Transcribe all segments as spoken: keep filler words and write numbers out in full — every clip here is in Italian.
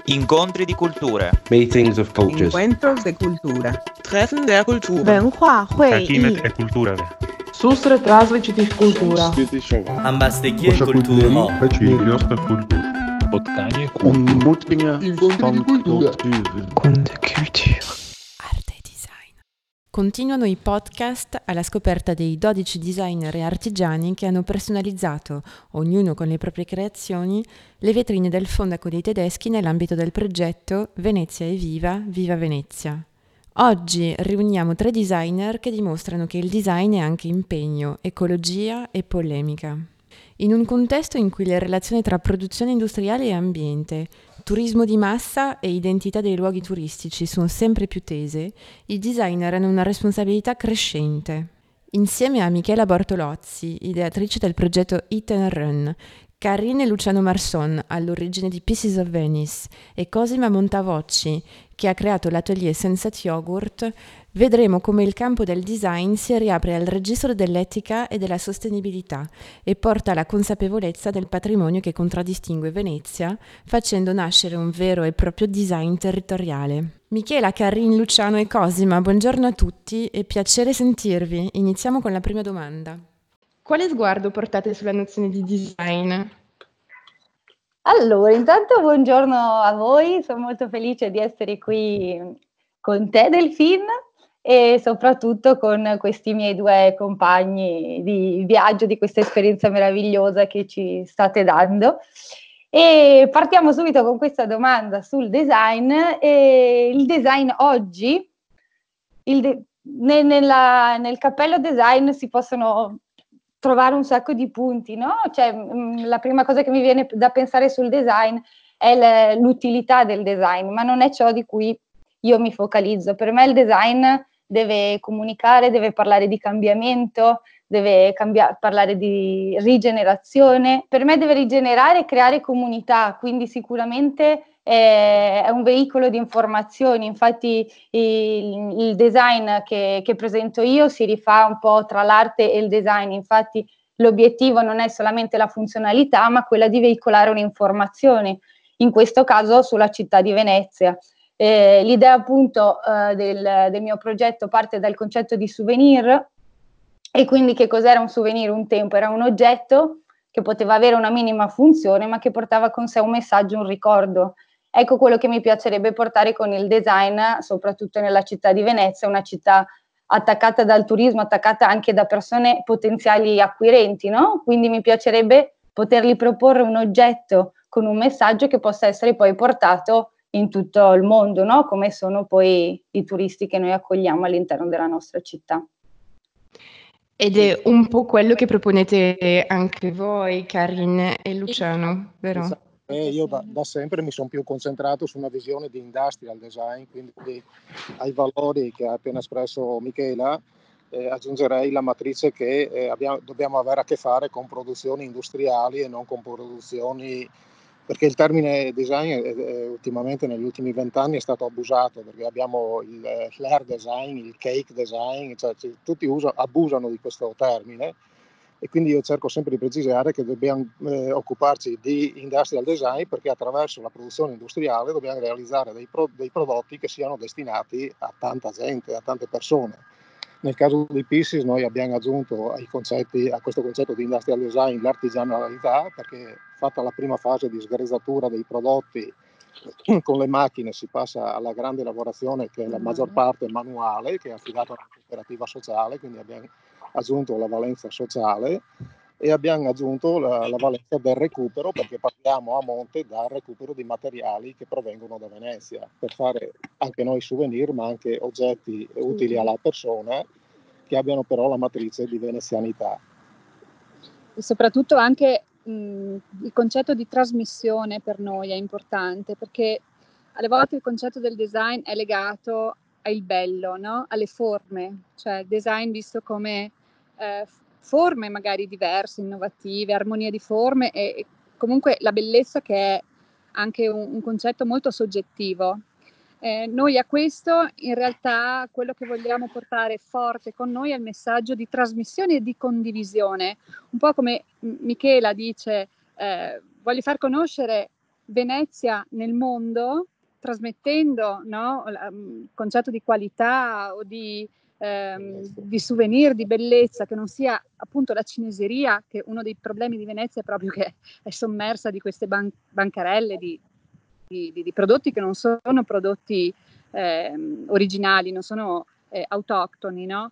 Incontri di culture. Meetings of cultures. Encuentros de cultura. Treffen der Kulturen. 文化会 Takimet 议 e kulturele. Susret različitih kultura. Ambassadie kulturo. Miliosna kultura. Spotkanie Ontmoetingen van cultuur. Kunde Kultur. Arte e design. Continuano i podcast alla scoperta dei dodici designer e artigiani che hanno personalizzato, ognuno con le proprie creazioni, le vetrine del Fondaco dei Tedeschi nell'ambito del progetto Venezia è viva, viva Venezia. Oggi riuniamo tre designer che dimostrano che il design è anche impegno, ecologia e polemica. In un contesto in cui le relazioni tra produzione industriale e ambiente, turismo di massa e identità dei luoghi turistici sono sempre più tese, i designer hanno una responsabilità crescente. Insieme a Michela Bortolozzi, ideatrice del progetto Eat and Run, Karine e Luciano Marson, all'origine di Pieces of Venice, e Cosima Montavocci, che ha creato l'atelier Sensat Yogurt, vedremo come il campo del design si riapre al registro dell'etica e della sostenibilità e porta alla consapevolezza del patrimonio che contraddistingue Venezia, facendo nascere un vero e proprio design territoriale. Michela, Karine, Luciano e Cosima, buongiorno a tutti e piacere sentirvi. Iniziamo con la prima domanda. Quale sguardo portate sulla nozione di design? Allora, intanto buongiorno a voi, sono molto felice di essere qui con te Delphine e soprattutto con questi miei due compagni di viaggio, di questa esperienza meravigliosa che ci state dando. E partiamo subito con questa domanda sul design. E il design oggi, il de- ne- nella- nel cappello design si possono trovare un sacco di punti, no? Cioè, mh, la prima cosa che mi viene da pensare sul design è l- l'utilità del design, ma non è ciò di cui io mi focalizzo. Per me il design deve comunicare, deve parlare di cambiamento, deve cambia- parlare di rigenerazione. Per me deve rigenerare e creare comunità, quindi sicuramente è, è un veicolo di informazioni. Infatti il, il design che, che presento io si rifà un po' tra l'arte e il design. Infatti l'obiettivo non è solamente la funzionalità, ma quella di veicolare un'informazione, in questo caso sulla città di Venezia. Eh, l'idea appunto eh, del, del mio progetto parte dal concetto di souvenir. E quindi che cos'era un souvenir un tempo? Era un oggetto che poteva avere una minima funzione, ma che portava con sé un messaggio, un ricordo. Ecco quello che mi piacerebbe portare con il design, soprattutto nella città di Venezia, una città attaccata dal turismo, attaccata anche da persone potenziali acquirenti, no? Quindi mi piacerebbe potergli proporre un oggetto con un messaggio che possa essere poi portato in tutto il mondo, no? Come sono poi i turisti che noi accogliamo all'interno della nostra città. Ed è un po' quello che proponete anche voi, Karine e Luciano, vero? Esatto. Eh, io da, da sempre mi sono più concentrato su una visione di industrial design, quindi ai valori che ha appena espresso Michela eh, aggiungerei la matrice che eh, abbiamo, dobbiamo avere a che fare con produzioni industriali e non con produzioni, perché il termine design eh, eh, ultimamente negli ultimi vent'anni è stato abusato, perché abbiamo il, l'air design, il cake design, cioè, cioè, tutti uso, abusano di questo termine. E quindi io cerco sempre di precisare che dobbiamo eh, occuparci di industrial design, perché attraverso la produzione industriale dobbiamo realizzare dei, pro- dei prodotti che siano destinati a tanta gente, a tante persone. Nel caso di Pieces noi abbiamo aggiunto ai concetti, a questo concetto di industrial design l'artigianalità, perché fatta la prima fase di sgrezzatura dei prodotti con le macchine si passa alla grande lavorazione, che è la maggior parte manuale, che è affidata a una cooperativa sociale, quindi abbiamo aggiunto la valenza sociale e abbiamo aggiunto la, la valenza del recupero, perché parliamo a monte dal recupero di materiali che provengono da Venezia, per fare anche noi souvenir, ma anche oggetti utili alla persona che abbiano però la matrice di venezianità. E soprattutto anche mh, il concetto di trasmissione per noi è importante, perché alle volte il concetto del design è legato al bello, no? Alle forme, cioè design visto come eh, forme magari diverse, innovative, armonia di forme e, e comunque la bellezza, che è anche un, un concetto molto soggettivo. Eh, noi a questo in realtà quello che vogliamo portare forte con noi è il messaggio di trasmissione e di condivisione, un po' come Michela dice, eh, voglio far conoscere Venezia nel mondo, trasmettendo, no, il concetto di qualità o di, ehm, di souvenir, di bellezza, che non sia appunto la cineseria, che uno dei problemi di Venezia è proprio che è sommersa di queste ban- bancarelle di, di, di, di prodotti che non sono prodotti ehm, originali, non sono eh, autoctoni, no?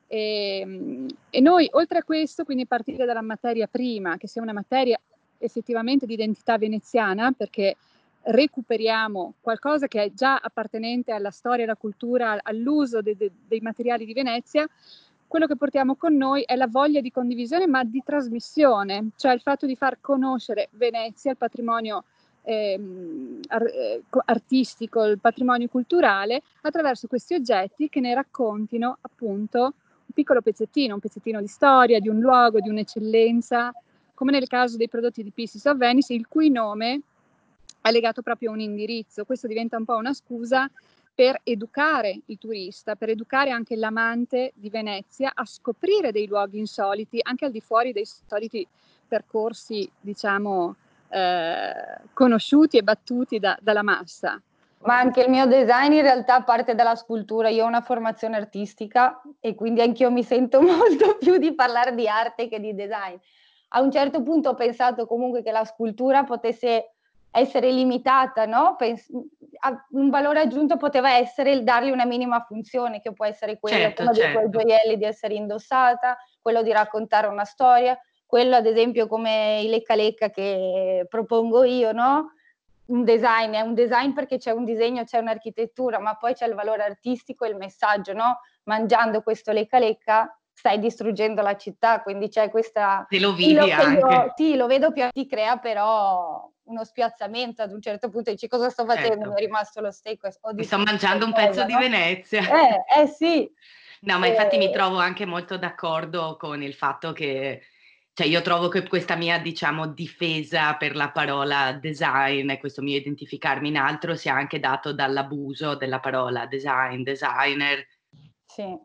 E, e noi oltre a questo, quindi partire dalla materia prima, che sia una materia effettivamente di identità veneziana, perché recuperiamo qualcosa che è già appartenente alla storia, alla cultura, all'uso de, de, dei materiali di Venezia. Quello che portiamo con noi è la voglia di condivisione, ma di trasmissione, cioè il fatto di far conoscere Venezia, il patrimonio ehm, ar- artistico, il patrimonio culturale, attraverso questi oggetti che ne raccontino appunto un piccolo pezzettino, un pezzettino di storia, di un luogo, di un'eccellenza, come nel caso dei prodotti di Pieces of Venice, il cui nome è legato proprio a un indirizzo. Questo diventa un po' una scusa per educare il turista, per educare anche l'amante di Venezia a scoprire dei luoghi insoliti, anche al di fuori dei soliti percorsi, diciamo, eh, conosciuti e battuti da, dalla massa. Ma anche il mio design in realtà parte dalla scultura. Io ho una formazione artistica e quindi anch'io mi sento molto più di parlare di arte che di design. A un certo punto ho pensato comunque che la scultura potesse essere limitata, no? Pens- un valore aggiunto poteva essere il dargli una minima funzione, che può essere quello, Certo, uno dei certo. tuoi gioielli di essere indossata, quello di raccontare una storia, quello ad esempio come i lecca lecca che propongo io, no? Un design è un design perché c'è un disegno, c'è un'architettura, ma poi c'è il valore artistico e il messaggio, no? Mangiando questo lecca lecca stai distruggendo la città, quindi c'è questa... Te lo vivi Io, anche. io, sì, lo vedo più, ti crea però uno spiazzamento ad un certo punto, dici cosa sto facendo, Certo. mi è rimasto lo steak, ho Mi sto mangiando un qualcosa, pezzo di no? Venezia. Eh, eh sì. No, ma Eh, infatti mi trovo anche molto d'accordo con il fatto che, cioè io trovo che questa mia, diciamo, difesa per la parola design e questo mio identificarmi in altro sia anche dato dall'abuso della parola design, designer. Sì.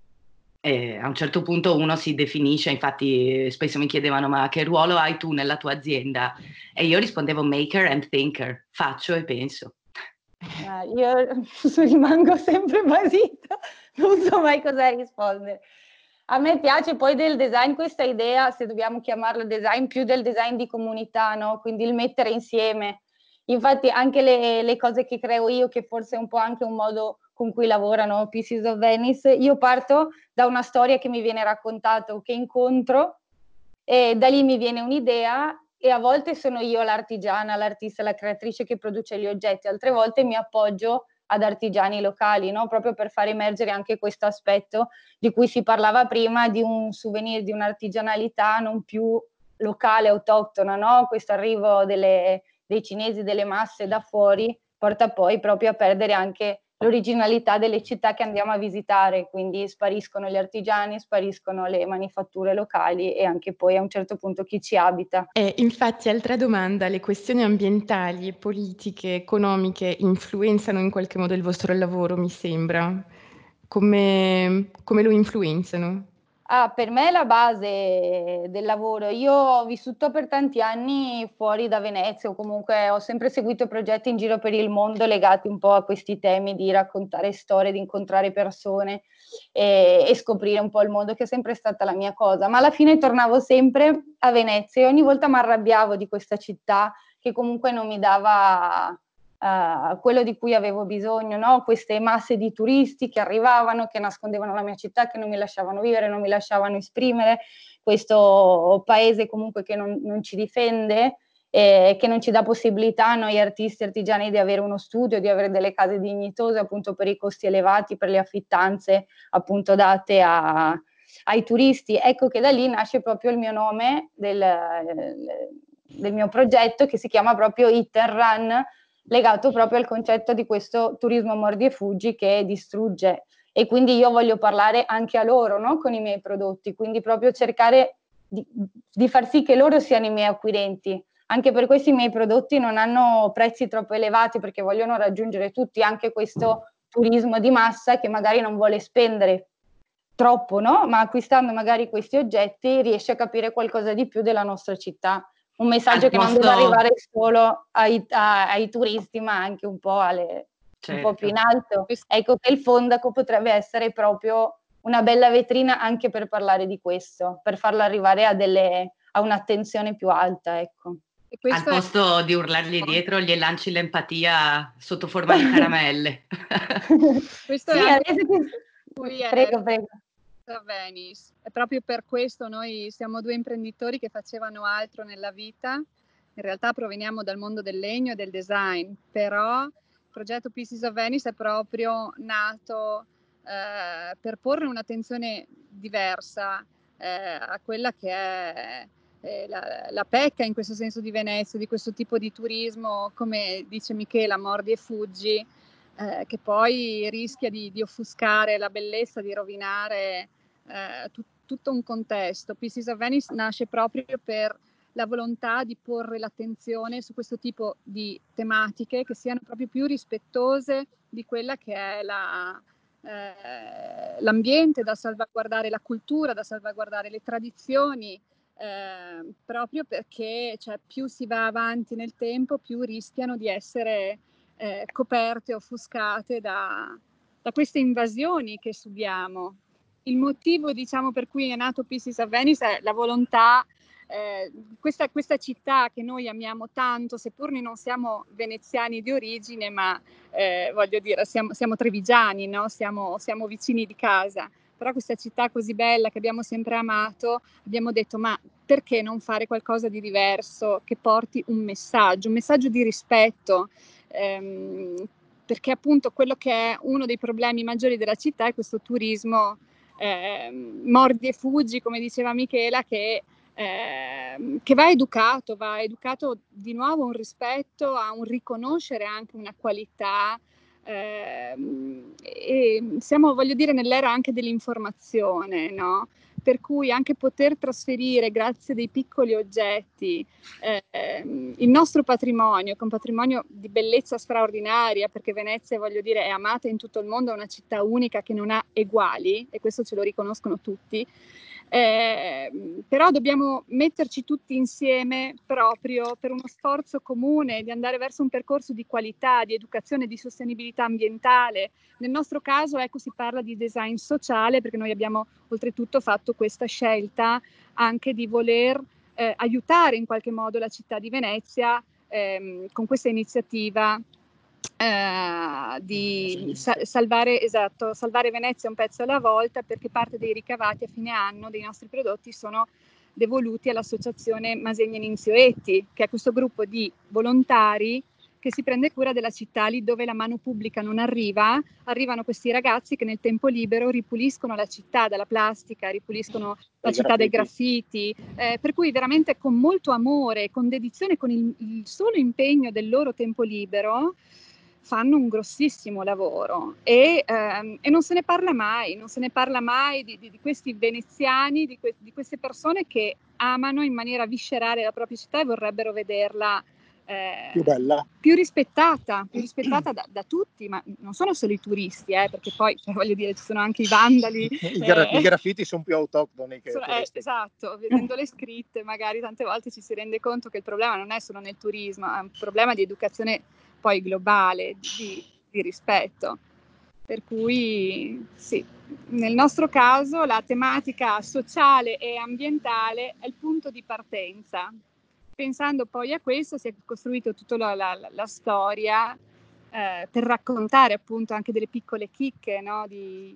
E a un certo punto uno si definisce, infatti spesso mi chiedevano ma che ruolo hai tu nella tua azienda? E io rispondevo maker and thinker, faccio e penso. Eh, io rimango sempre basita, non so mai cosa rispondere. A me piace poi del design questa idea, se dobbiamo chiamarlo design, più del design di comunità, no? Quindi il mettere insieme. Infatti anche le, le cose che creo io, che forse è un po' anche un modo con cui lavorano Pieces of Venice, io parto da una storia che mi viene raccontata o che incontro e da lì mi viene un'idea e a volte sono io l'artigiana, l'artista, la creatrice che produce gli oggetti, altre volte mi appoggio ad artigiani locali, no? Proprio per far emergere anche questo aspetto di cui si parlava prima, di un souvenir, di un'artigianalità non più locale, autoctona, no? Questo arrivo delle, dei cinesi, delle masse da fuori, porta poi proprio a perdere anche l'originalità delle città che andiamo a visitare, quindi spariscono gli artigiani, spariscono le manifatture locali e anche poi a un certo punto chi ci abita. E infatti, altra domanda, le questioni ambientali, politiche, economiche influenzano in qualche modo il vostro lavoro, mi sembra. Come, come lo influenzano? Ah, per me è la base del lavoro. Io ho vissuto per tanti anni fuori da Venezia o comunque ho sempre seguito progetti in giro per il mondo legati un po' a questi temi di raccontare storie, di incontrare persone e, e scoprire un po' il mondo, che è sempre stata la mia cosa. Ma alla fine tornavo sempre a Venezia e ogni volta mi arrabbiavo di questa città che comunque non mi dava... Uh, quello di cui avevo bisogno, no? Queste masse di turisti che arrivavano, che nascondevano la mia città, che non mi lasciavano vivere, non mi lasciavano esprimere, questo paese comunque che non, non ci difende, eh, che non ci dà possibilità a noi artisti artigiani di avere uno studio, di avere delle case dignitose appunto per i costi elevati, per le affittanze appunto date a, ai turisti. Ecco che da lì nasce proprio il mio nome del, del mio progetto, che si chiama proprio Hit and Run, legato proprio al concetto di questo turismo mordi e fuggi che distrugge, e quindi io voglio parlare anche a loro, no? Con i miei prodotti, quindi proprio cercare di, di far sì che loro siano i miei acquirenti. Anche per questo i miei prodotti non hanno prezzi troppo elevati, perché vogliono raggiungere tutti, anche questo turismo di massa che magari non vuole spendere troppo, no? Ma acquistando magari questi oggetti riesce a capire qualcosa di più della nostra città. un messaggio Al che non posto- deve arrivare solo ai, a- ai turisti, ma anche un po' alle, un po' più in alto. Ecco che il Fondaco potrebbe essere proprio una bella vetrina anche per parlare di questo, per farlo arrivare a, delle, a un'attenzione più alta, ecco. E Al questo è- posto di urlargli dietro, gli lanci l'empatia sotto forma di caramelle. questo Sì, è anche adesso che... cui è Prego, prego. a Venice. È proprio per questo noi siamo due imprenditori che facevano altro nella vita. In realtà proveniamo dal mondo del legno e del design, però il progetto Pieces of Venice è proprio nato eh, per porre un'attenzione diversa eh, a quella che è eh, la, la pecca in questo senso di Venezia, di questo tipo di turismo, come dice Michela, mordi e fuggi, eh, che poi rischia di, di offuscare la bellezza, di rovinare eh, tut, tutto un contesto. Pieces of Venice nasce proprio per la volontà di porre l'attenzione su questo tipo di tematiche che siano proprio più rispettose di quella che è la, eh, l'ambiente da salvaguardare, la cultura da salvaguardare, le tradizioni, eh, proprio perché cioè, più si va avanti nel tempo, più rischiano di essere eh, coperte, offuscate da, da queste invasioni che subiamo. Il motivo, diciamo, per cui è nato Pieces of Venice è la volontà, eh, questa, questa città che noi amiamo tanto, seppur noi non siamo veneziani di origine, ma eh, voglio dire, siamo, siamo trevigiani, no? siamo, siamo vicini di casa, però questa città così bella che abbiamo sempre amato, abbiamo detto ma perché non fare qualcosa di diverso che porti un messaggio, un messaggio di rispetto, ehm, perché appunto quello che è uno dei problemi maggiori della città è questo turismo eh, mordi e fuggi, come diceva Michela, che, eh, che va educato, va educato di nuovo a un rispetto, a un riconoscere anche una qualità. Eh, e siamo, voglio dire, nell'era anche dell'informazione, no? Per cui anche poter trasferire, grazie a dei piccoli oggetti, eh, il nostro patrimonio, che è un patrimonio di bellezza straordinaria, perché Venezia, voglio dire, è amata in tutto il mondo, è una città unica che non ha eguali, e questo ce lo riconoscono tutti. Eh, però dobbiamo metterci tutti insieme proprio per uno sforzo comune di andare verso un percorso di qualità, di educazione, di sostenibilità ambientale. Nel nostro caso, ecco, si parla di design sociale, perché noi abbiamo oltretutto fatto questa scelta anche di voler eh, aiutare in qualche modo la città di Venezia ehm, con questa iniziativa eh, di sa- salvare, esatto, salvare Venezia un pezzo alla volta, perché parte dei ricavati a fine anno dei nostri prodotti sono devoluti all'associazione Masegna Ninzioetti, che è questo gruppo di volontari che si prende cura della città lì dove la mano pubblica non arriva. Arrivano questi ragazzi che nel tempo libero ripuliscono la città dalla plastica, ripuliscono la I città dai graffiti. graffiti, eh, per cui veramente con molto amore, con dedizione, con il, il solo impegno del loro tempo libero fanno un grossissimo lavoro e, ehm, e non se ne parla mai, non se ne parla mai di, di, di questi veneziani, di, que- di queste persone che amano in maniera viscerale la propria città e vorrebbero vederla eh, Più bella. più rispettata, più rispettata da, da tutti, ma non sono solo i turisti, eh, perché poi, cioè, voglio dire, ci sono anche i vandali. I, gra- eh, i graffiti sono più autoctoni che sono- eh, turisti. esatto, vedendo le scritte magari tante volte ci si rende conto che il problema non è solo nel turismo, è un problema di educazione poi globale, di, di rispetto. Per cui sì, nel nostro caso la tematica sociale e ambientale è il punto di partenza. Pensando poi a questo si è costruito tutta la, la, la storia eh, per raccontare appunto anche delle piccole chicche, no? di,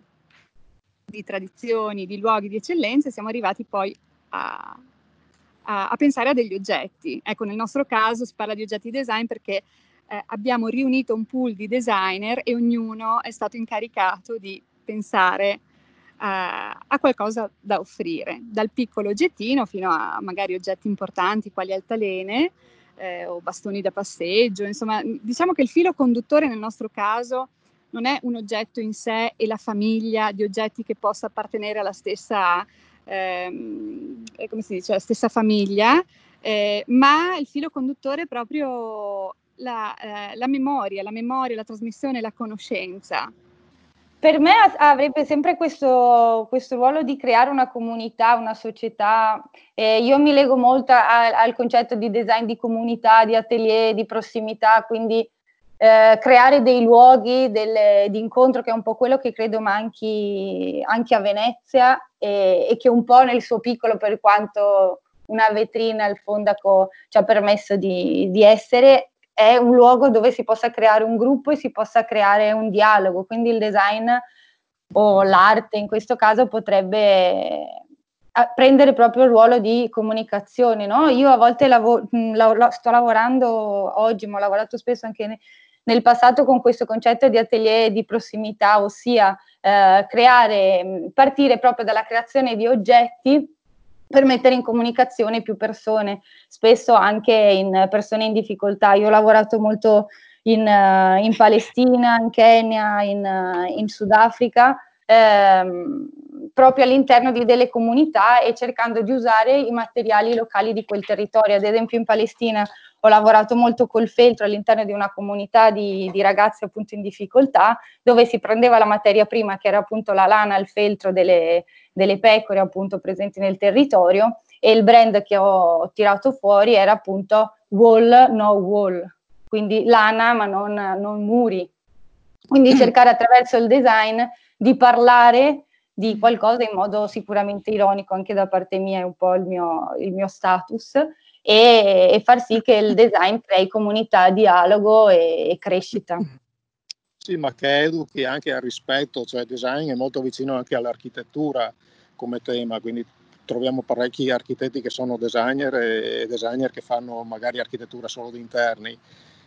di tradizioni, di luoghi di eccellenza, e siamo arrivati poi a, a, a pensare a degli oggetti. Ecco, nel nostro caso si parla di oggetti design perché eh, abbiamo riunito un pool di designer e ognuno è stato incaricato di pensare Uh, a qualcosa da offrire, dal piccolo oggettino fino a magari oggetti importanti quali altalene eh, o bastoni da passeggio. Insomma, diciamo che il filo conduttore nel nostro caso non è un oggetto in sé e la famiglia di oggetti che possa appartenere alla stessa, ehm, come si dice, alla stessa famiglia, eh, ma il filo conduttore è proprio la, eh, la memoria, la memoria, la trasmissione, la conoscenza. per me avrebbe sempre questo, questo ruolo di creare una comunità, una società. Eh, io mi lego molto a, al concetto di design di comunità, di atelier, di prossimità, quindi eh, creare dei luoghi delle, di incontro, che è un po' quello che credo manchi anche a Venezia e, e che un po' nel suo piccolo, per quanto una vetrina al Fondaco ci ha permesso di, di essere, è un luogo dove si possa creare un gruppo e si possa creare un dialogo, quindi il design o l'arte in questo caso potrebbe prendere proprio il ruolo di comunicazione, no? Io a volte lavo- la- sto lavorando oggi, ma ho lavorato spesso anche ne- nel passato con questo concetto di atelier di prossimità, ossia eh, creare, partire proprio dalla creazione di oggetti per mettere in comunicazione più persone, spesso anche in persone in difficoltà. Io ho lavorato molto in, uh, in Palestina, in Kenya, in, uh, in Sudafrica, ehm, proprio all'interno di delle comunità e cercando di usare i materiali locali di quel territorio. Ad esempio in Palestina ho lavorato molto col feltro all'interno di una comunità di, di ragazzi appunto in difficoltà, dove si prendeva la materia prima, che era appunto la lana, il feltro delle delle pecore appunto presenti nel territorio, e il brand che ho tirato fuori era appunto Wool No Wall, quindi lana ma non, non muri. Quindi cercare attraverso il design di parlare di qualcosa in modo sicuramente ironico, anche da parte mia è un po' il mio, il mio status, e, e far sì che il design crei comunità, dialogo e, e crescita. Sì, ma che educhi anche al rispetto, cioè il design è molto vicino anche all'architettura come tema, quindi troviamo parecchi architetti che sono designer e designer che fanno magari architettura solo di interni.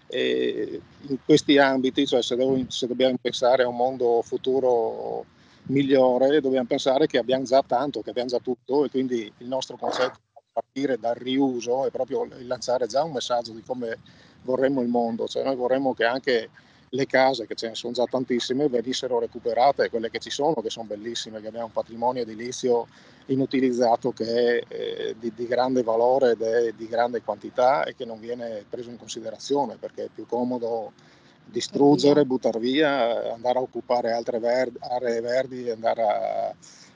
E in questi ambiti, cioè se, devo, se dobbiamo pensare a un mondo futuro migliore, dobbiamo pensare che abbiamo già tanto, che abbiamo già tutto, e quindi il nostro concetto a partire dal riuso è proprio lanciare già un messaggio di come vorremmo il mondo, cioè noi vorremmo che anche le case, che ce ne sono già tantissime, venissero recuperate, quelle che ci sono, che sono bellissime, che abbiamo un patrimonio edilizio inutilizzato che è eh, di, di grande valore ed è di grande quantità e che non viene preso in considerazione, perché è più comodo distruggere, buttare via, andare a occupare altre ver- aree verdi, andare a,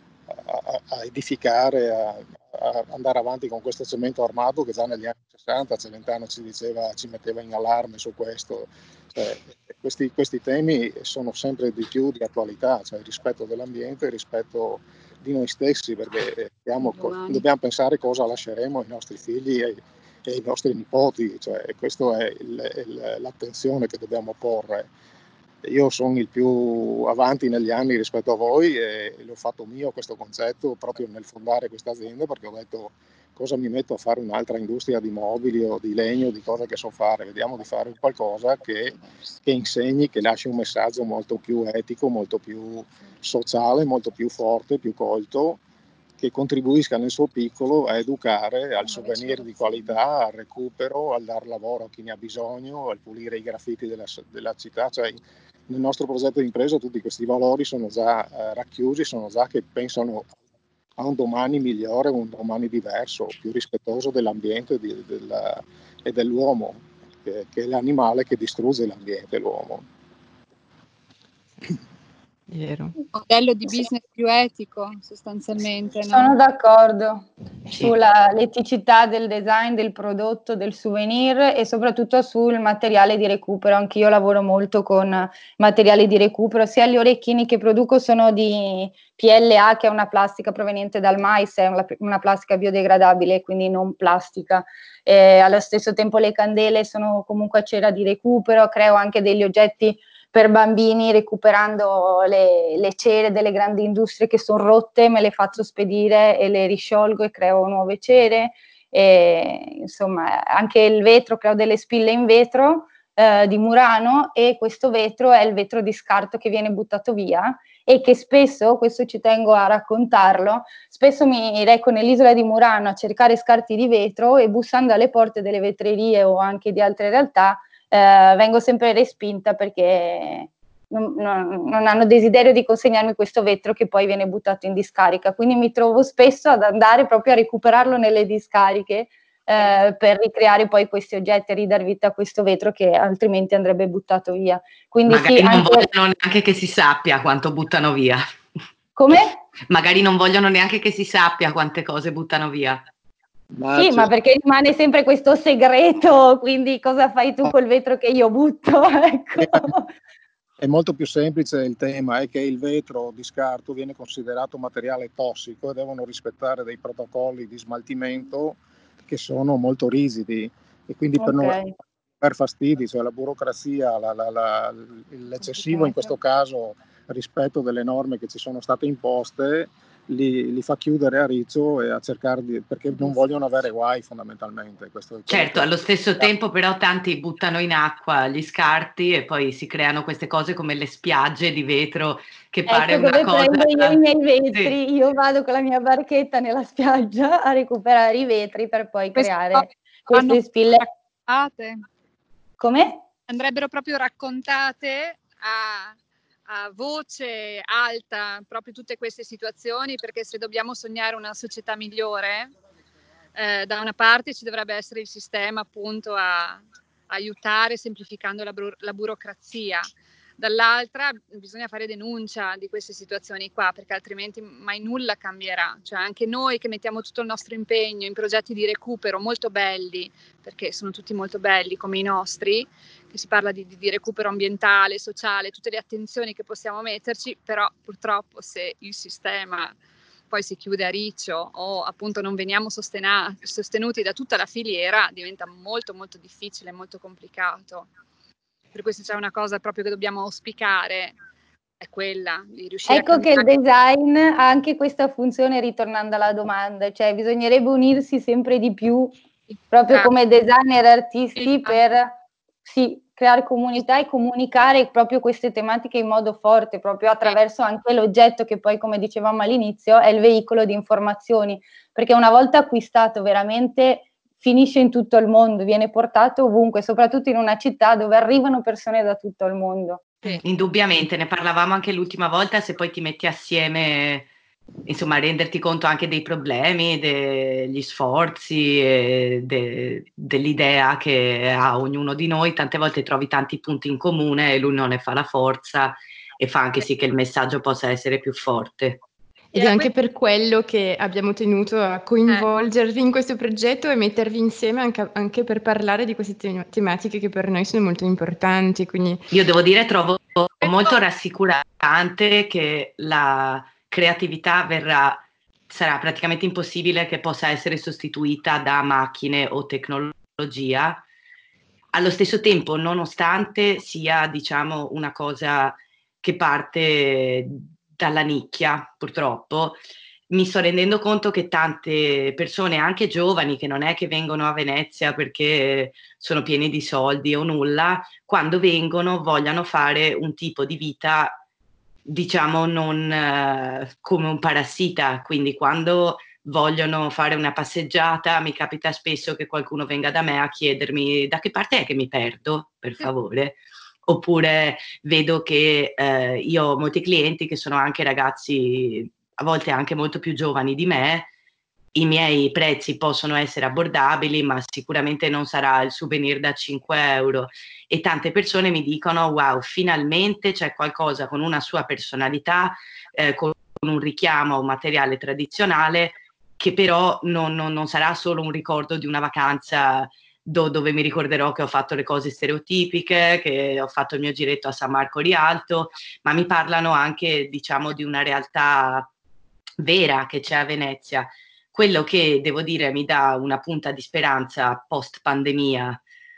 a, a edificare, a, a andare avanti con questo cemento armato che già negli anni sessanta Celentano ci diceva, ci metteva in allarme su questo. Cioè, questi, questi temi sono sempre di più di attualità, cioè il rispetto dell'ambiente, il rispetto di noi stessi, perché dobbiamo, dobbiamo pensare cosa lasceremo ai nostri figli e, e ai nostri nipoti, cioè, questa è il, il, l'attenzione che dobbiamo porre. Io sono il più avanti negli anni rispetto a voi e l'ho fatto mio questo concetto proprio nel fondare questa azienda, perché ho detto cosa mi metto a fare un'altra industria di mobili o di legno, di cose che so fare, vediamo di fare qualcosa che, che insegni, che lasci un messaggio molto più etico, molto più sociale, molto più forte, più colto, che contribuisca nel suo piccolo a educare al souvenir di qualità, al recupero, al dar lavoro a chi ne ha bisogno, al pulire i graffiti della, della città. Cioè, nel nostro progetto di impresa tutti questi valori sono già eh, racchiusi, sono già che pensano a un domani migliore, un domani diverso, più rispettoso dell'ambiente di, della, e dell'uomo, che, che è l'animale che distrugge l'ambiente, l'uomo. Vero. Un modello di business più etico, sostanzialmente, no? Sono d'accordo Sì. sulla l'eticità del design, del prodotto, del souvenir e soprattutto sul materiale di recupero. Anch'io lavoro molto con materiali di recupero, sia gli orecchini che produco sono di P L A, che è una plastica proveniente dal mais, è una, una plastica biodegradabile, quindi non plastica. E allo stesso tempo le candele sono comunque a cera di recupero, creo anche degli oggetti per bambini recuperando le, le cere delle grandi industrie che sono rotte, me le faccio spedire e le risciolgo e creo nuove cere. E, insomma, anche il vetro, creo delle spille in vetro eh, di Murano, e questo vetro è il vetro di scarto che viene buttato via e che spesso, questo ci tengo a raccontarlo, spesso mi reco nell'isola di Murano a cercare scarti di vetro e bussando alle porte delle vetrerie o anche di altre realtà Uh, vengo sempre respinta perché non, non, non hanno desiderio di consegnarmi questo vetro che poi viene buttato in discarica, quindi mi trovo spesso ad andare proprio a recuperarlo nelle discariche eh, per ricreare poi questi oggetti e ridar vita a questo vetro che altrimenti andrebbe buttato via. Quindi Magari sì, non anche... vogliono neanche che si sappia quanto buttano via. Come? Magari non vogliono neanche che si sappia quante cose buttano via. Ma Sì, c'è- ma perché rimane sempre questo segreto, quindi cosa fai tu col vetro che io butto? Ecco. È molto più semplice il tema, è che il vetro di scarto viene considerato materiale tossico e devono rispettare dei protocolli di smaltimento che sono molto rigidi e quindi per non Ok. per fastidi, cioè la burocrazia, la- la- la- l'eccessivo in questo caso rispetto delle norme che ci sono state imposte, li, li fa chiudere a riccio e a cercare di, perché non vogliono avere guai fondamentalmente. Questo è quello Certo, che- allo stesso tempo però tanti buttano in acqua gli scarti e poi si creano queste cose come le spiagge di vetro che pare Ecco una dove cosa... prendo io i miei vetri, Sì. io vado con la mia barchetta nella spiaggia a recuperare i vetri per poi Queste creare cose vanno queste spille. raccontate. Come? Andrebbero proprio raccontate a, a voce alta proprio tutte queste situazioni, perché se dobbiamo sognare una società migliore, eh, da una parte ci dovrebbe essere il sistema appunto a, a aiutare semplificando la, buro- la burocrazia, dall'altra bisogna fare denuncia di queste situazioni qua, perché altrimenti mai nulla cambierà. Cioè anche noi che mettiamo tutto il nostro impegno in progetti di recupero molto belli, perché sono tutti molto belli come i nostri, che si parla di, di recupero ambientale, sociale, tutte le attenzioni che possiamo metterci, però purtroppo se il sistema poi si chiude a riccio o appunto non veniamo sostena- sostenuti da tutta la filiera, diventa molto molto difficile, molto complicato. Per questo c'è una cosa proprio che dobbiamo auspicare, è quella di riuscire Ecco a che il cambiare. design ha anche questa funzione, ritornando alla domanda, cioè bisognerebbe unirsi sempre di più proprio come designer e artisti per sì, creare comunità e comunicare proprio queste tematiche in modo forte, proprio attraverso anche l'oggetto che poi, come dicevamo all'inizio, è il veicolo di informazioni, perché una volta acquistato veramente finisce in tutto il mondo, viene portato ovunque, soprattutto in una città dove arrivano persone da tutto il mondo. Indubbiamente, ne parlavamo anche l'ultima volta, se poi ti metti assieme, insomma, renderti conto anche dei problemi, degli sforzi, e de- dell'idea che ha ognuno di noi, tante volte trovi tanti punti in comune e l'unione fa la forza e fa anche sì che il messaggio possa essere più forte. Ed è anche per quello che abbiamo tenuto a coinvolgervi in questo progetto e mettervi insieme anche, anche per parlare di queste tem- tematiche che per noi sono molto importanti. Quindi Io devo dire, trovo molto rassicurante che la creatività verrà, sarà praticamente impossibile che possa essere sostituita da macchine o tecnologia. Allo stesso tempo, nonostante sia, diciamo, una cosa che parte dalla nicchia, purtroppo, mi sto rendendo conto che tante persone, anche giovani, che non è che vengono a Venezia perché sono pieni di soldi o nulla, quando vengono vogliano fare un tipo di vita, diciamo, non eh, come un parassita. Quindi quando vogliono fare una passeggiata, mi capita spesso che qualcuno venga da me a chiedermi da che parte è che mi perdo, per favore. Oppure vedo che eh, io ho molti clienti che sono anche ragazzi, a volte anche molto più giovani di me. I miei prezzi possono essere abbordabili, ma sicuramente non sarà il souvenir da cinque euro. E tante persone mi dicono: wow, finalmente c'è qualcosa con una sua personalità, eh, con un richiamo a un materiale tradizionale, che però non, non, non sarà solo un ricordo di una vacanza do, dove mi ricorderò che ho fatto le cose stereotipiche, che ho fatto il mio giretto a San Marco Rialto, ma mi parlano anche, diciamo, di una realtà vera che c'è a Venezia. Quello che, devo dire, mi dà una punta di speranza post pandemia,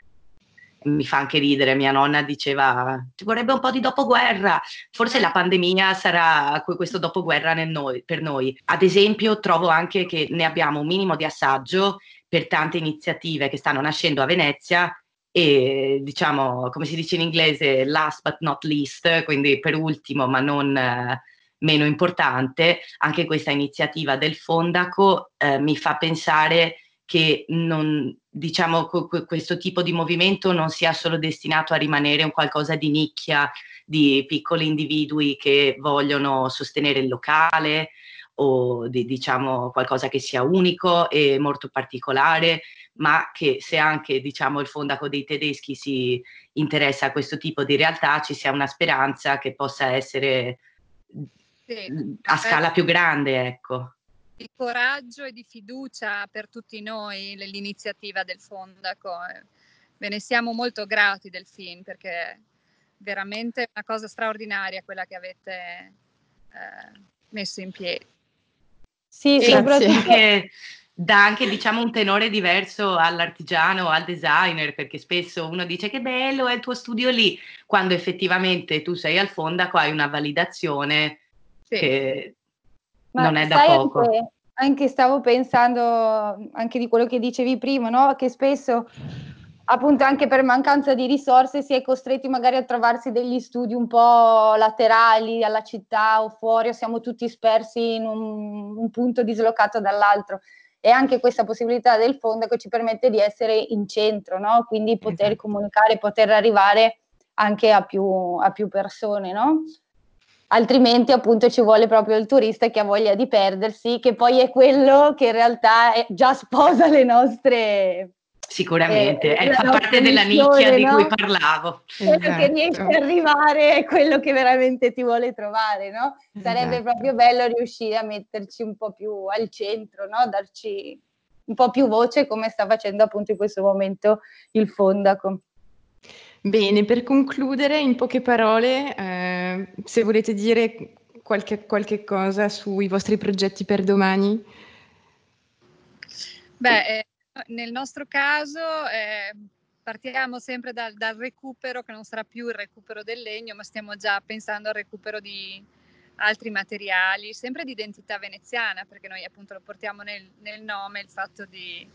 mi fa anche ridere, mia nonna diceva ci vorrebbe un po' di dopoguerra, forse la pandemia sarà questo dopoguerra nel noi, per noi. Ad esempio trovo anche che ne abbiamo un minimo di assaggio per tante iniziative che stanno nascendo a Venezia e, diciamo, come si dice in inglese, last but not least, quindi per ultimo ma non eh, meno importante, anche questa iniziativa del Fondaco eh, mi fa pensare che non, diciamo, questo tipo di movimento non sia solo destinato a rimanere un qualcosa di nicchia, di piccoli individui che vogliono sostenere il locale o di, diciamo, qualcosa che sia unico e molto particolare, ma che se anche, diciamo, il fondaco dei tedeschi si interessa a questo tipo di realtà, ci sia una speranza che possa essere Sì, a scala più grande, ecco. Di coraggio e di fiducia per tutti noi l'iniziativa del Fondaco. Ve ne siamo molto grati del film, perché è veramente una cosa straordinaria quella che avete eh, messo in piedi. Sì, E soprattutto anche, dà anche, diciamo, un tenore diverso all'artigiano o al designer, perché spesso uno dice che bello è il tuo studio lì, quando effettivamente tu sei al Fondaco, hai una validazione Sì. che Ma non è da sai, poco. Anche, anche stavo pensando anche di quello che dicevi prima, no? Che spesso appunto anche per mancanza di risorse si è costretti magari a trovarsi degli studi un po' laterali alla città o fuori, o siamo tutti spersi in un, un punto dislocato dall'altro. E anche questa possibilità del Fondaco ci permette di essere in centro, no? Quindi poter Esatto. comunicare, poter arrivare anche a più, a più persone, no? Altrimenti appunto ci vuole proprio il turista che ha voglia di perdersi, che poi è quello che in realtà è, già sposa le nostre... Sicuramente, eh, eh, la fa parte nostra della nicchia missione, di cui no? parlavo. Quello che riesce Esatto. a arrivare è quello che veramente ti vuole trovare, no? Sarebbe Esatto. proprio bello riuscire a metterci un po' più al centro, no? Darci un po' più voce, come sta facendo appunto in questo momento il Fondaco. Bene, per concludere, in poche parole, eh, se volete dire qualche, qualche cosa sui vostri progetti per domani. Beh, eh, nel nostro caso eh, partiamo sempre dal, dal recupero, che non sarà più il recupero del legno, ma stiamo già pensando al recupero di altri materiali, sempre di identità veneziana, perché noi appunto lo portiamo nel, nel nome, il fatto di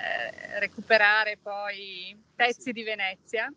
eh, recuperare poi pezzi di Venezia.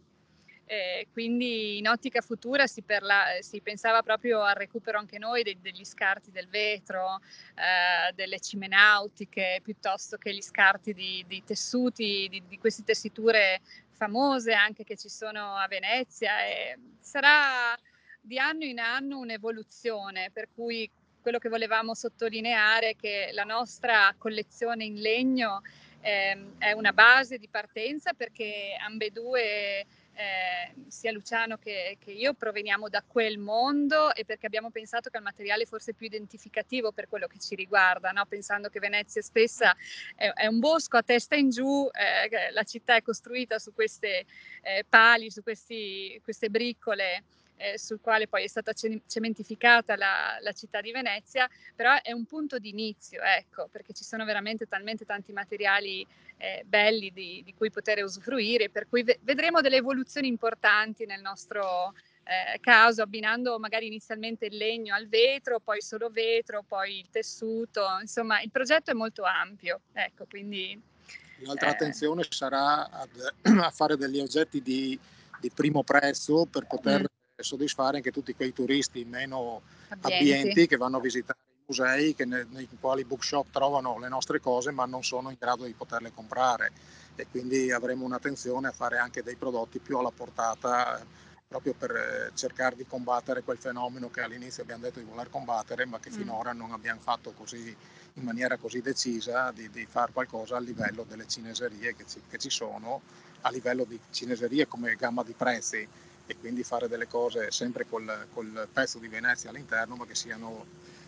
Eh, quindi in ottica futura si, perla, si pensava proprio al recupero anche noi de, degli scarti del vetro, eh, delle cime nautiche, piuttosto che gli scarti di, di tessuti, di, di queste tessiture famose anche che ci sono a Venezia. E sarà di anno in anno un'evoluzione, per cui quello che volevamo sottolineare è che la nostra collezione in legno eh, è una base di partenza, perché ambedue Eh, sia Luciano che, che io proveniamo da quel mondo, e perché abbiamo pensato che il materiale fosse più identificativo per quello che ci riguarda, no? Pensando che Venezia stessa è, è un bosco a testa in giù, eh, la città è costruita su queste eh, pali, su questi, queste briccole eh, sul quale poi è stata cementificata la, la città di Venezia, però è un punto di inizio, ecco, perché ci sono veramente talmente tanti materiali eh, belli di, di cui poter usufruire, per cui ve- vedremo delle evoluzioni importanti nel nostro eh, caso, abbinando magari inizialmente il legno al vetro, poi solo vetro, poi il tessuto, insomma il progetto è molto ampio, ecco, quindi... L'altra eh, attenzione sarà ad, a fare degli oggetti di, di primo prezzo per poter mm. soddisfare anche tutti quei turisti meno Abbienti. abbienti che vanno a visitare i musei, che ne, nei quali bookshop trovano le nostre cose ma non sono in grado di poterle comprare, e quindi avremo un'attenzione a fare anche dei prodotti più alla portata, proprio per cercare di combattere quel fenomeno che all'inizio abbiamo detto di voler combattere, ma che finora non abbiamo fatto così in maniera così decisa, di, di fare qualcosa a livello delle cineserie che ci, che ci sono, a livello di cineserie come gamma di prezzi, e quindi fare delle cose sempre col, col pezzo di Venezia all'interno, ma che siano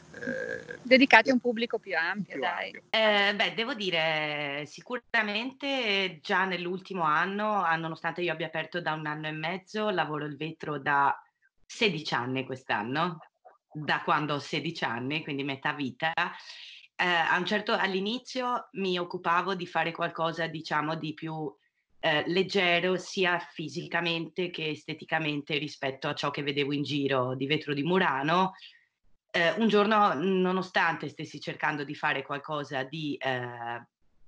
eh, dedicati a un pubblico più ampio, più dai. ampio. Eh, beh, devo dire, sicuramente già nell'ultimo anno, nonostante io abbia aperto da un anno e mezzo, lavoro il vetro da sedici anni quest'anno, da quando ho sedici anni, quindi metà vita. Eh, a un certo, all'inizio mi occupavo di fare qualcosa, diciamo, di più eh, leggero, sia fisicamente che esteticamente rispetto a ciò che vedevo in giro di vetro di Murano. Eh, un giorno, nonostante stessi cercando di fare qualcosa di eh,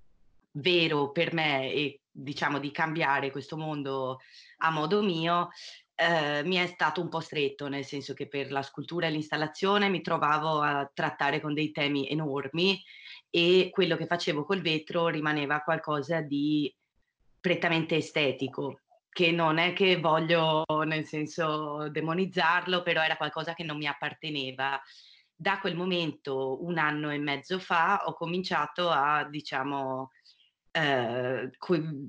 vero per me e diciamo di cambiare questo mondo a modo mio, eh, mi è stato un po' stretto, nel senso che per la scultura e l'installazione mi trovavo a trattare con dei temi enormi e quello che facevo col vetro rimaneva qualcosa di prettamente estetico, che non è che voglio, nel senso, demonizzarlo, però era qualcosa che non mi apparteneva. da quel momento, un anno e mezzo fa, ho cominciato a, diciamo, eh, que-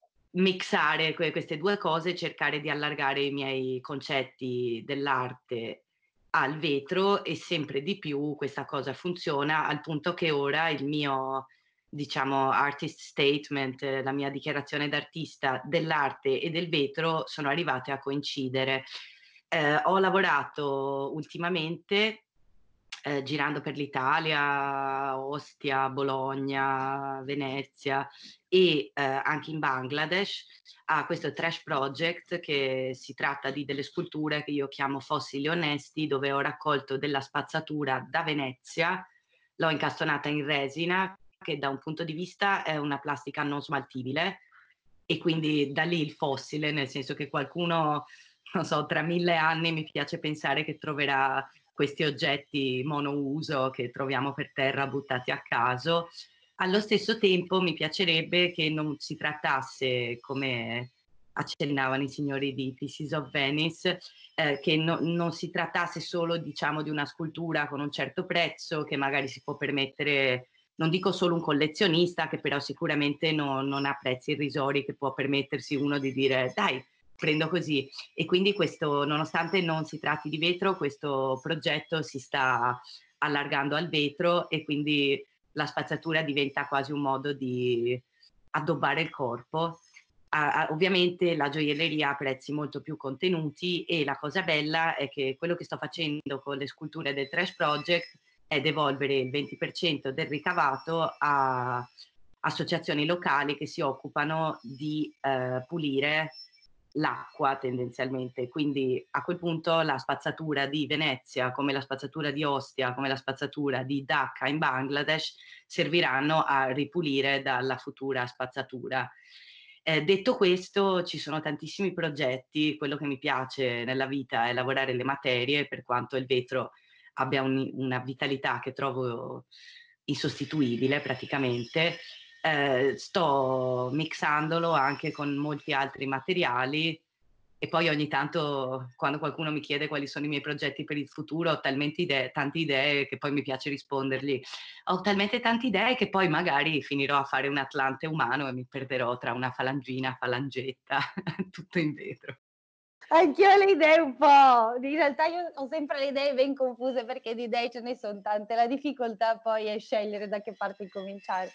mixare que- queste due cose e cercare di allargare i miei concetti dell'arte al vetro, e sempre di più questa cosa funziona, al punto che ora il mio, diciamo, artist statement, eh, la mia dichiarazione d'artista dell'arte e del vetro sono arrivate a coincidere. Eh, ho lavorato ultimamente eh, girando per l'Italia, Ostia, Bologna, Venezia e eh, anche in Bangladesh, a questo trash project, che si tratta di delle sculture che io chiamo fossili onesti, dove ho raccolto della spazzatura da Venezia, l'ho incastonata in resina, che da un punto di vista è una plastica non smaltibile, e quindi da lì il fossile, nel senso che qualcuno, non so, tra mille anni mi piace pensare che troverà questi oggetti monouso che troviamo per terra buttati a caso. Allo stesso tempo mi piacerebbe che non si trattasse, come accennavano i signori di Pieces of Venice, eh, che no, non si trattasse solo, diciamo, di una scultura con un certo prezzo che magari si può permettere, non dico solo un collezionista, che però sicuramente no, non ha prezzi irrisori, che può permettersi uno di dire dai, prendo così. E quindi questo, nonostante non si tratti di vetro, questo progetto si sta allargando al vetro, e quindi la spazzatura diventa quasi un modo di addobbare il corpo. Ah, ovviamente la gioielleria ha prezzi molto più contenuti, e la cosa bella è che quello che sto facendo con le sculture del Trash Project è devolvere il venti per cento del ricavato a associazioni locali che si occupano di eh, pulire l'acqua tendenzialmente. Quindi a quel punto la spazzatura di Venezia, come la spazzatura di Ostia, come la spazzatura di Dhaka in Bangladesh, serviranno a ripulire dalla futura spazzatura. Eh, detto questo, ci sono tantissimi progetti. Quello che mi piace nella vita è lavorare le materie, per quanto il vetro abbia un, una vitalità che trovo insostituibile praticamente. Eh, sto mixandolo anche con molti altri materiali, e poi ogni tanto, quando qualcuno mi chiede quali sono i miei progetti per il futuro, ho talmente idee, tante idee che poi mi piace rispondergli. Ho talmente tante idee che poi magari finirò a fare un Atlante umano e mi perderò tra una falangina, falangetta, tutto in vetro. Anch'io ho le idee un po', in realtà io ho sempre le idee ben confuse, perché di idee ce ne sono tante, la difficoltà poi è scegliere da che parte cominciare.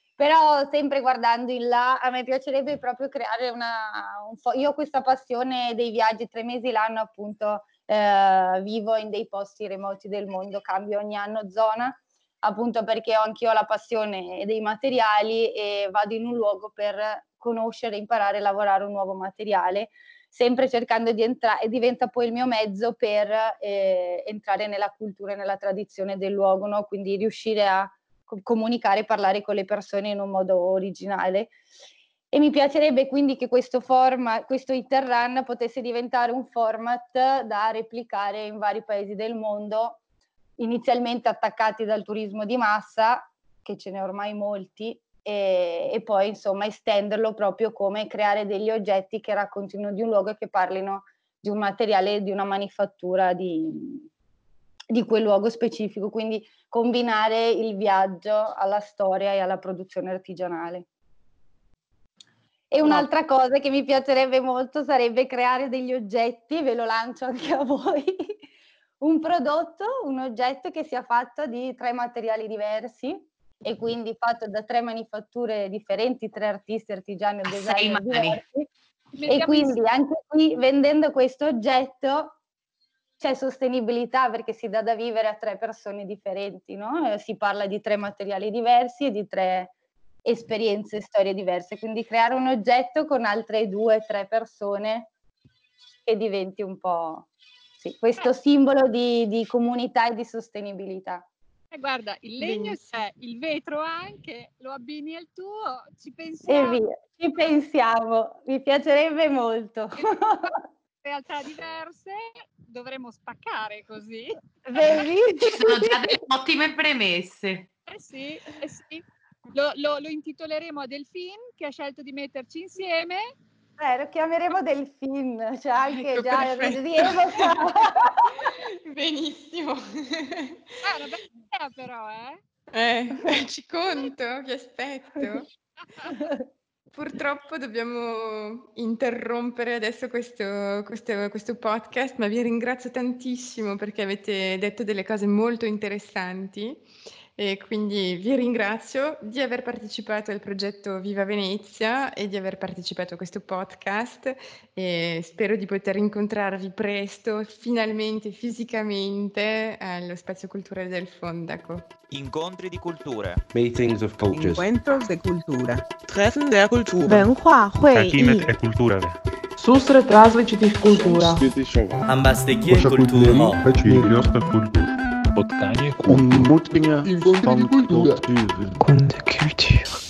Però sempre guardando in là, a me piacerebbe proprio creare una... Un fo- io ho questa passione dei viaggi, tre mesi l'anno appunto eh, vivo in dei posti remoti del mondo, cambio ogni anno zona, appunto perché ho anch'io la passione dei materiali, e vado in un luogo per conoscere, imparare a lavorare un nuovo materiale, sempre cercando di entrare, e diventa poi il mio mezzo per eh, entrare nella cultura e nella tradizione del luogo, no? Quindi riuscire a comunicare e parlare con le persone in un modo originale. E mi piacerebbe quindi che questo format, questo Interrun potesse diventare un format da replicare in vari paesi del mondo, inizialmente attaccati dal turismo di massa, che ce n'è ormai molti, e, e poi insomma estenderlo proprio come creare degli oggetti che raccontino di un luogo e che parlino di un materiale, di una manifattura di, di quel luogo specifico, quindi combinare il viaggio alla storia e alla produzione artigianale. E un'altra cosa che mi piacerebbe molto sarebbe creare degli oggetti, ve lo lancio anche a voi, un prodotto, un oggetto che sia fatto di tre materiali diversi, e quindi fatto da tre manifatture differenti, tre artisti, artigiani o designer diversi, e quindi anche qui vendendo questo oggetto c'è sostenibilità, perché si dà da vivere a tre persone differenti, no? Eh, si parla di tre materiali diversi e di tre esperienze e storie diverse, quindi creare un oggetto con altre due, tre persone che diventi un po' sì, questo simbolo di, di comunità e di sostenibilità. Eh, guarda, il legno c'è, il vetro anche, lo abbini al tuo, ci pensiamo. E via, ci pensiamo, mi piacerebbe molto. Realtà diverse, dovremmo spaccare così. Ci sono già delle ottime premesse. Eh sì, eh sì. Lo, lo, lo intitoleremo a Delphine, che ha scelto di metterci insieme. Eh, lo chiameremo Delphine, c'è anche ecco, già perfetto. rievoca Benissimo. Ah, una bella idea però, eh? Eh, ci conto, vi aspetto. Purtroppo dobbiamo interrompere adesso questo, questo, questo podcast, ma vi ringrazio tantissimo perché avete detto delle cose molto interessanti e quindi vi ringrazio di aver partecipato al progetto Viva Venezia e di aver partecipato a questo podcast e spero di poter incontrarvi presto, finalmente fisicamente, allo Spazio Culturale del Fondaco. Incontri di culture. Meetings of cultures. Encuentros de cultura. Treffen der Kultur. 文化会议 Susret različitih kultura. Ambassador Kultur. Ontmoetingen van cultuur. Kunde Kultur.